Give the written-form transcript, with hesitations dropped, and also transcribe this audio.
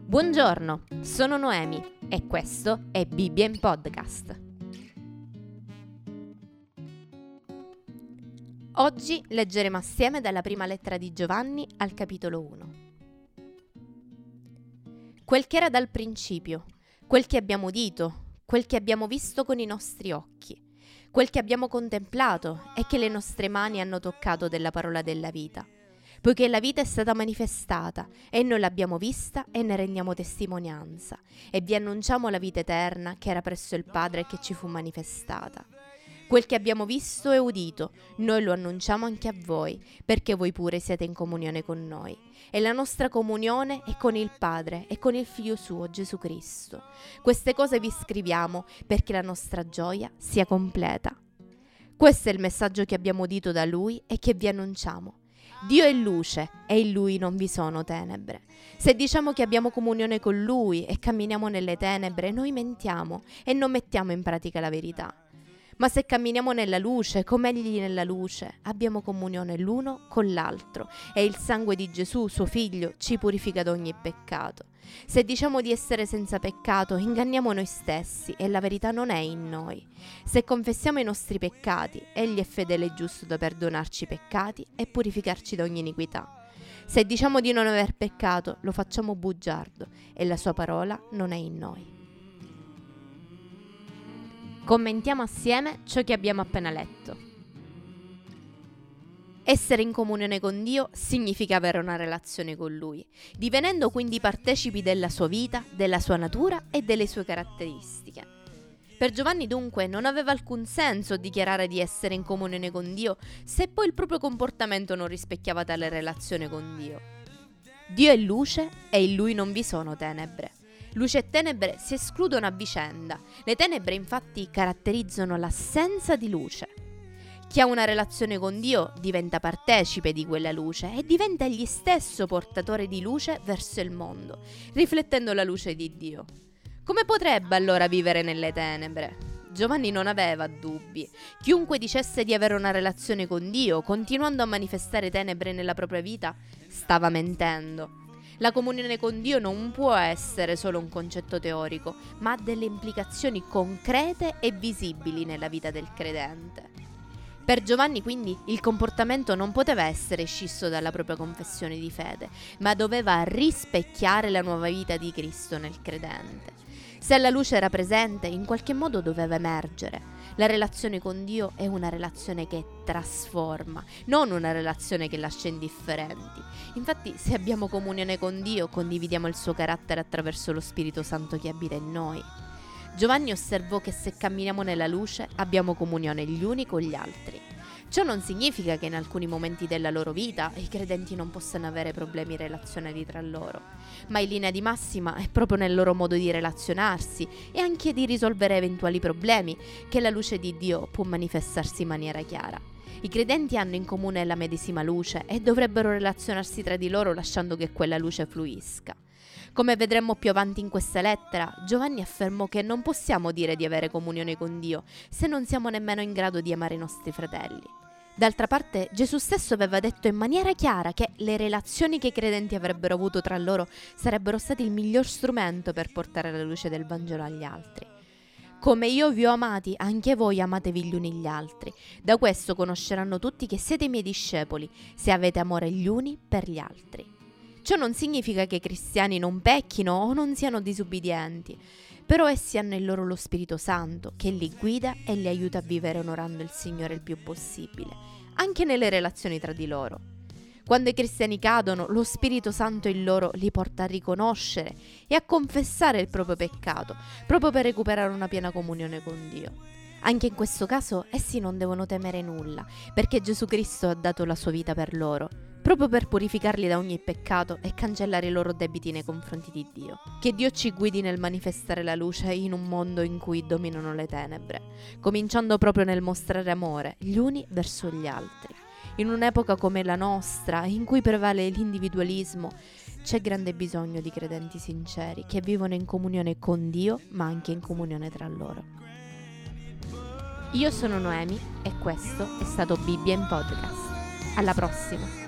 Buongiorno, sono Noemi e questo è Bibbia in Podcast. Oggi leggeremo assieme dalla prima lettera di Giovanni al capitolo 1. Quel che era dal principio, quel che abbiamo udito, quel che abbiamo visto con i nostri occhi, quel che abbiamo contemplato e che le nostre mani hanno toccato della parola della vita. Poiché la vita è stata manifestata e noi l'abbiamo vista e ne rendiamo testimonianza e vi annunciamo la vita eterna che era presso il Padre e che ci fu manifestata. Quel che abbiamo visto e udito, noi lo annunciamo anche a voi, perché voi pure siete in comunione con noi. E la nostra comunione è con il Padre e con il Figlio suo, Gesù Cristo. Queste cose vi scriviamo perché la nostra gioia sia completa. Questo è il messaggio che abbiamo udito da Lui e che vi annunciamo. Dio è luce e in Lui non vi sono tenebre. Se diciamo che abbiamo comunione con Lui e camminiamo nelle tenebre, noi mentiamo e non mettiamo in pratica la verità. Ma se camminiamo nella luce, come Egli nella luce, abbiamo comunione l'uno con l'altro e il sangue di Gesù, suo Figlio, ci purifica da ogni peccato. Se diciamo di essere senza peccato, inganniamo noi stessi e la verità non è in noi. Se confessiamo i nostri peccati, Egli è fedele e giusto da perdonarci i peccati e purificarci da ogni iniquità. Se diciamo di non aver peccato, lo facciamo bugiardo e la sua parola non è in noi. Commentiamo assieme ciò che abbiamo appena letto. Essere in comunione con Dio significa avere una relazione con Lui, divenendo quindi partecipi della sua vita, della sua natura e delle sue caratteristiche. Per Giovanni dunque non aveva alcun senso dichiarare di essere in comunione con Dio se poi il proprio comportamento non rispecchiava tale relazione con Dio. Dio è luce e in Lui non vi sono tenebre. Luce e tenebre si escludono a vicenda. Le tenebre infatti caratterizzano l'assenza di luce. Chi ha una relazione con Dio diventa partecipe di quella luce e diventa egli stesso portatore di luce verso il mondo, riflettendo la luce di Dio. Come potrebbe allora vivere nelle tenebre? Giovanni non aveva dubbi. Chiunque dicesse di avere una relazione con Dio, continuando a manifestare tenebre nella propria vita, stava mentendo. La comunione con Dio non può essere solo un concetto teorico, ma ha delle implicazioni concrete e visibili nella vita del credente. Per Giovanni quindi il comportamento non poteva essere scisso dalla propria confessione di fede, ma doveva rispecchiare la nuova vita di Cristo nel credente. Se la luce era presente, in qualche modo doveva emergere. La relazione con Dio è una relazione che trasforma, non una relazione che lascia indifferenti. Infatti, se abbiamo comunione con Dio, condividiamo il suo carattere attraverso lo Spirito Santo che abita in noi. Giovanni osservò che se camminiamo nella luce, abbiamo comunione gli uni con gli altri. Ciò non significa che in alcuni momenti della loro vita i credenti non possano avere problemi relazionali tra loro, ma in linea di massima è proprio nel loro modo di relazionarsi e anche di risolvere eventuali problemi che la luce di Dio può manifestarsi in maniera chiara. I credenti hanno in comune la medesima luce e dovrebbero relazionarsi tra di loro lasciando che quella luce fluisca. Come vedremo più avanti in questa lettera, Giovanni affermò che non possiamo dire di avere comunione con Dio se non siamo nemmeno in grado di amare i nostri fratelli. D'altra parte, Gesù stesso aveva detto in maniera chiara che le relazioni che i credenti avrebbero avuto tra loro sarebbero stati il miglior strumento per portare la luce del Vangelo agli altri. Come io vi ho amati, anche voi amatevi gli uni gli altri. Da questo conosceranno tutti che siete i miei discepoli, se avete amore gli uni per gli altri. Ciò non significa che i cristiani non pecchino o non siano disubbidienti, però essi hanno in loro lo Spirito Santo che li guida e li aiuta a vivere onorando il Signore il più possibile, anche nelle relazioni tra di loro. Quando i cristiani cadono, lo Spirito Santo in loro li porta a riconoscere e a confessare il proprio peccato, proprio per recuperare una piena comunione con Dio. Anche in questo caso essi non devono temere nulla, perché Gesù Cristo ha dato la sua vita per loro, proprio per purificarli da ogni peccato e cancellare i loro debiti nei confronti di Dio. Che Dio ci guidi nel manifestare la luce in un mondo in cui dominano le tenebre, cominciando proprio nel mostrare amore gli uni verso gli altri. In un'epoca come la nostra, in cui prevale l'individualismo, c'è grande bisogno di credenti sinceri che vivono in comunione con Dio, ma anche in comunione tra loro. Io sono Noemi e questo è stato Bibbia in Podcast. Alla prossima!